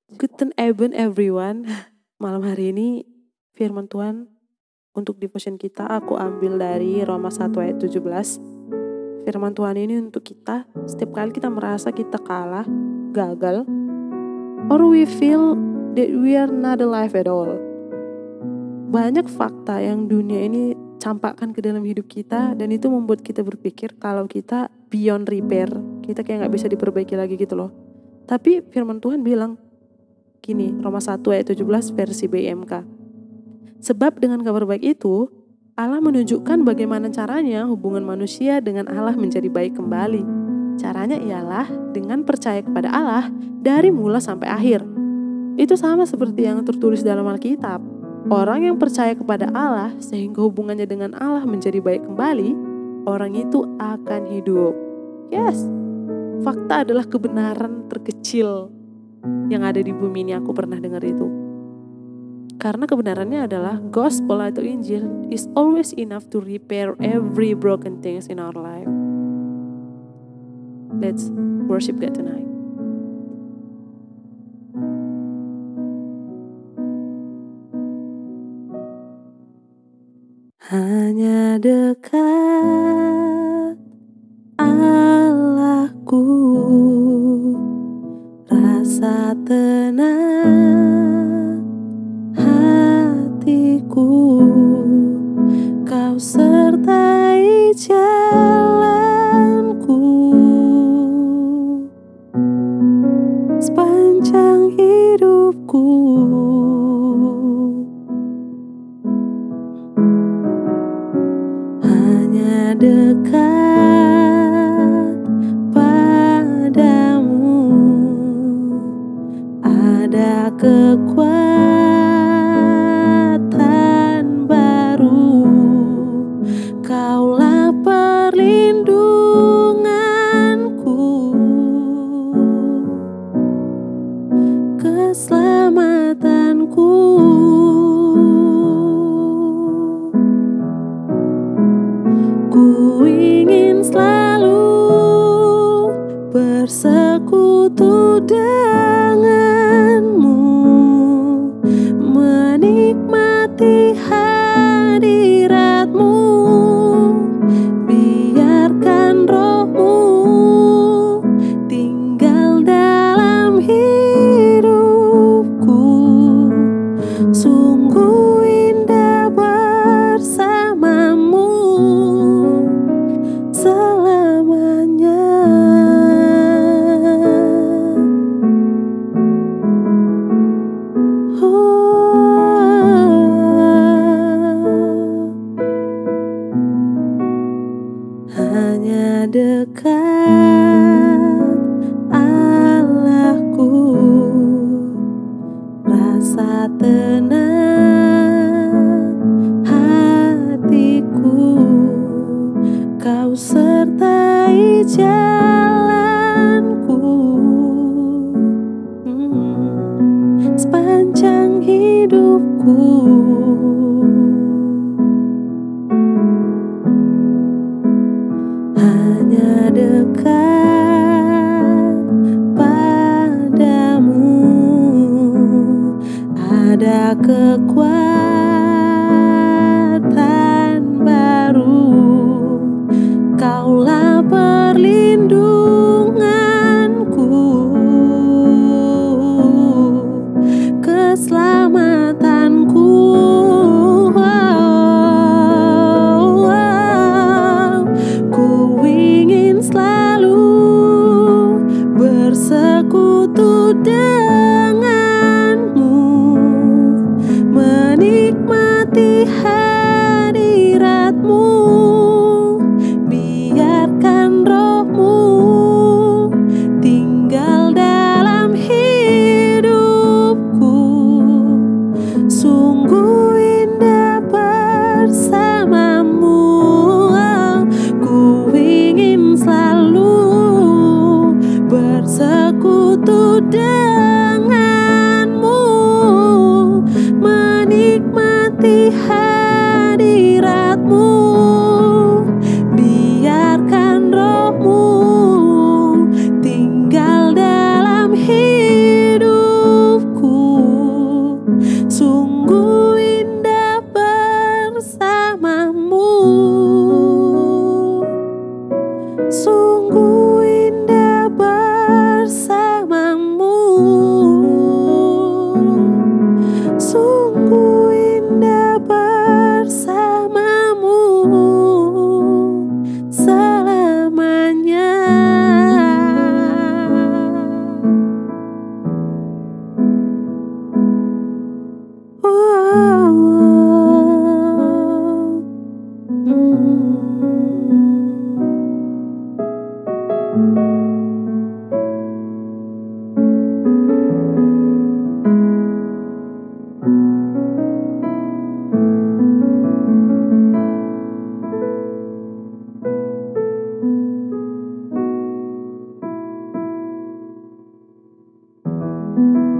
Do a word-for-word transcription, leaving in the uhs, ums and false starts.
Guten Abend everyone. Malam hari ini firman Tuhan untuk devotion kita aku ambil dari Roma satu ayat tujuh belas. Firman Tuhan ini untuk kita setiap kali kita merasa kita kalah, gagal, or we feel that we are not alive at all. Banyak fakta yang dunia ini campakkan ke dalam hidup kita dan itu membuat kita berpikir kalau kita beyond repair, kita kayak gak bisa diperbaiki lagi gitu loh. Tapi firman Tuhan bilang gini, Roma satu ayat tujuh belas versi B M K. Sebab dengan kabar baik itu, Allah menunjukkan bagaimana caranya hubungan manusia dengan Allah menjadi baik kembali. Caranya ialah dengan percaya kepada Allah dari mula sampai akhir. Itu sama seperti yang tertulis dalam Alkitab. Orang yang percaya kepada Allah sehingga hubungannya dengan Allah menjadi baik kembali, orang itu akan hidup. Yes, fakta adalah kebenaran terkecil yang ada di bumi ini aku pernah dengar itu. Karena kebenarannya adalah gospel atau Injil is always enough to repair every broken things in our life. Let's worship God tonight. Hanya dekat Allahku, rasa tenang hatiku, Kau sertai jalanku sepanjang hidupku. Hanya dekat padamu ada kekuatan baru, Kaulah perlindunganku, keselamatanku. Ku ingin selalu bersekutu denganmu, menikmati hadiratmu, biarkan rohmu tinggal dalam hidupku. Sungguh indah bersamamu selamanya. Hanya dekat Allahku, rasa tenang hatiku, Kau sertai jalanku hmm, sepanjang hidupku. Hanya dekat padamu ada kekuatan baru, Kaulah perlindunganku, keselamatanku. Ku ingin selalu bersekutu denganmu, menikmati hadiratmu, biarkan rohmu tinggal dalam hidupku. Sungguh indah bersamamu. Ku ingin selalu bersekutu denganmu, menikmati hadiratmu, biarkan rohmu tinggal dalam hidupku. you.